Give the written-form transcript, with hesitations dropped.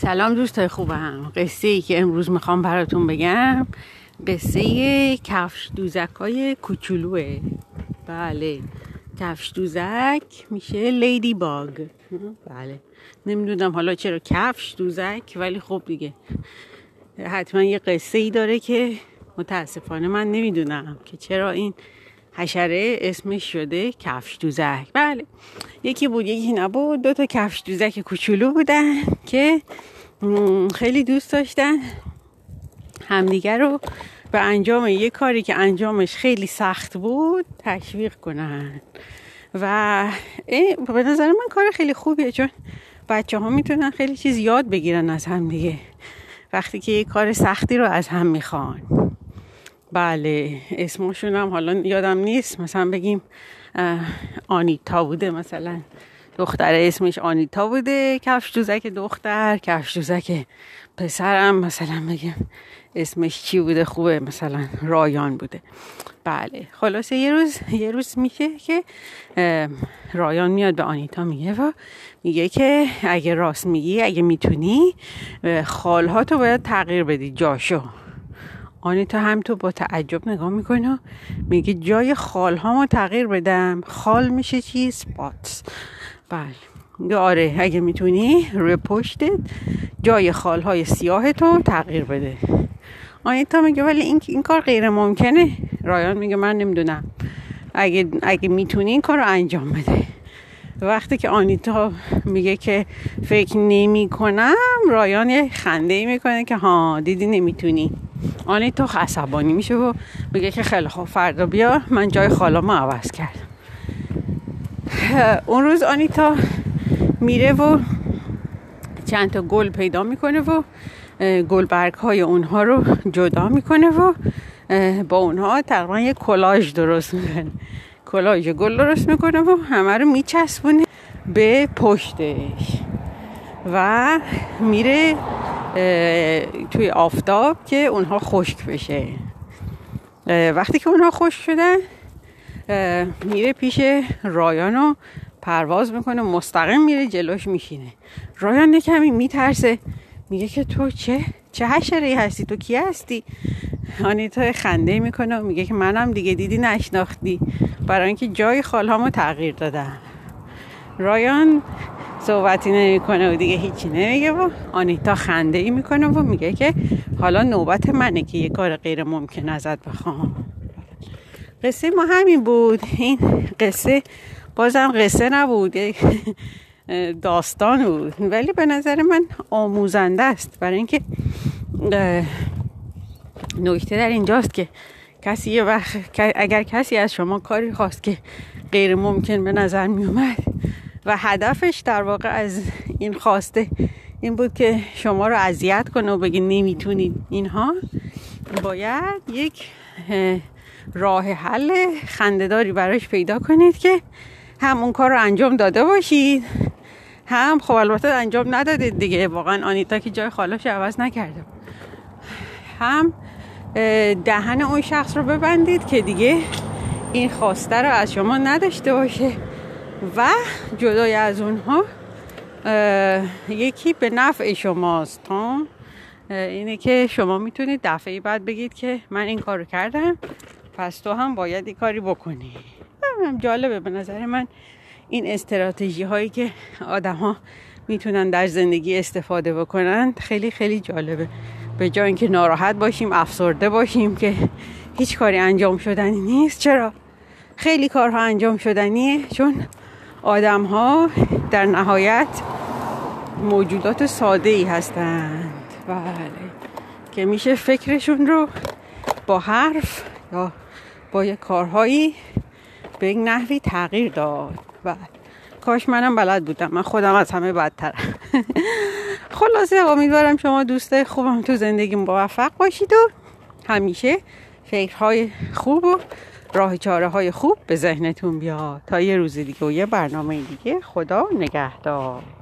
سلام دوستای خوبم. قصه ای که امروز میخوام براتون بگم قصه کفش دوزکای کوچولوه. بله، کفش دوزک میشه لیدی باگ. بله، نمیدونم حالا چرا کفش دوزک، ولی خب دیگه حتما یه قصه ای داره که متاسفانه من نمیدونم که چرا این حشره اسمش شده کفش دوزک. بله، یکی بود یکی نبود، 2 تا کفش دوزک کوچولو بودن که خیلی دوست داشتن همدیگر رو به انجام یک کاری که انجامش خیلی سخت بود تشویق کنن و به نظر من کار خیلی خوبیه، چون بچه ها میتونن خیلی چیز یاد بگیرن از هم دیگه وقتی که یک کار سختی رو از هم میخوان. بله، اسمشون هم حالا یادم نیست، مثلا بگیم آنیتا بوده، مثلا دختر اسمش آنیتا بوده، کفش دوزک دختر، کفش دوزک پسرم مثلا بگیم اسمش چی بوده خوبه، مثلا رایان بوده. بله، خلاصه یه روز میشه که رایان میاد به آنیتا میگه که اگه راست میگی، اگه میتونی خالهاتو باید تغییر بدی جاشو. آنیتا هم تو با تعجب نگاه میکنه، میگه جای خالهامو تغییر بدم؟ خال میشه چی؟ سپاتس. بله، آره، اگه میتونی روی پشتت جای خالهای سیاهتو تغییر بده. آنیتا میگه ولی این کار غیر ممکنه. رایان میگه من نمیدونم، اگه میتونی این کار رو انجام بده. وقتی که آنیتا میگه که فکر نمی کنم، رایان یه خنده میکنه که ها دیدی نمیتونی. آنیتا عصبانی میشه و میگه که خیلی خوب، فردا بیا من جای خالامو عوض کردم. اون روز آنیتا میره و چند تا گل پیدا میکنه و گل برگ های اونها رو جدا میکنه و با اونها تقریبا یه کلاژ درست میکنه، کلاژ گل درست میکنه و همه رو میچسبونه به پشتش و میره توی آفتاب که اونها خشک بشه. وقتی که اونها خشک شدن میره پیش رایان و پرواز میکنه، مستقیم میره جلوش میشینه. رایان کمی میترسه، میگه که تو چه حشره‌ای هستی؟ تو کی هستی؟ آنیتا خنده میکنه و میگه که منم دیگه، دیدی نشناختی، برای اینکه جای خالهامو تغییر دادم. رایان صحبتی نمیکنه و دیگه هیچی نمیگه و آنیتا خنده ای میکنه و میگه که حالا نوبت منه که یه کار غیر ممکن ازت بخوام. قصه ما همین بود. این قصه بازم قصه نبود، داستان بود، ولی به نظر من آموزنده است، برای اینکه نکته در اینجاست که کسی یه وقت اگر کسی از شما کاری خواست که غیر ممکن به نظر می اومد و هدفش در واقع از این خواسته این بود که شما رو اذیت کنه و بگه نمیتونید، اینها باید یک راه حل خنده‌داری براش پیدا کنید که هم اون کار رو انجام داده باشید، هم خب البته انجام ندادید دیگه، واقعا آنیتا که جای خالاش عوض نکرده، هم دهن اون شخص رو ببندید که دیگه این خواسته رو از شما نداشته باشه و جدای از اونها یکی به نفع شماست. اینه که شما میتونید دفعه بعد بگید که من این کار رو کردم، پس تو هم باید این کاری بکنی. جالبه به نظر من این استراتژی هایی که آدم ها میتونن در زندگی استفاده بکنن خیلی خیلی جالبه. به جای اینکه ناراحت باشیم، افسرده باشیم که هیچ کاری انجام شدنی نیست، چرا؟ خیلی کارها انجام شدنیه، چون آدم ها در نهایت موجودات ساده ای هستند. بله، که میشه فکرشون رو با حرف یا با یه کارهایی به یک نحوی تغییر داد. بله، کاش منم بلد بودم، من خودم از همه بدترم. خلاصه امیدوارم شما دوستای خوبم تو زندگی موفق باشید و همیشه فکرهای خوب و راه چاره های خوب به ذهنتون بیاد. تا یه روز دیگه و یه برنامه دیگه، خدا نگهدار.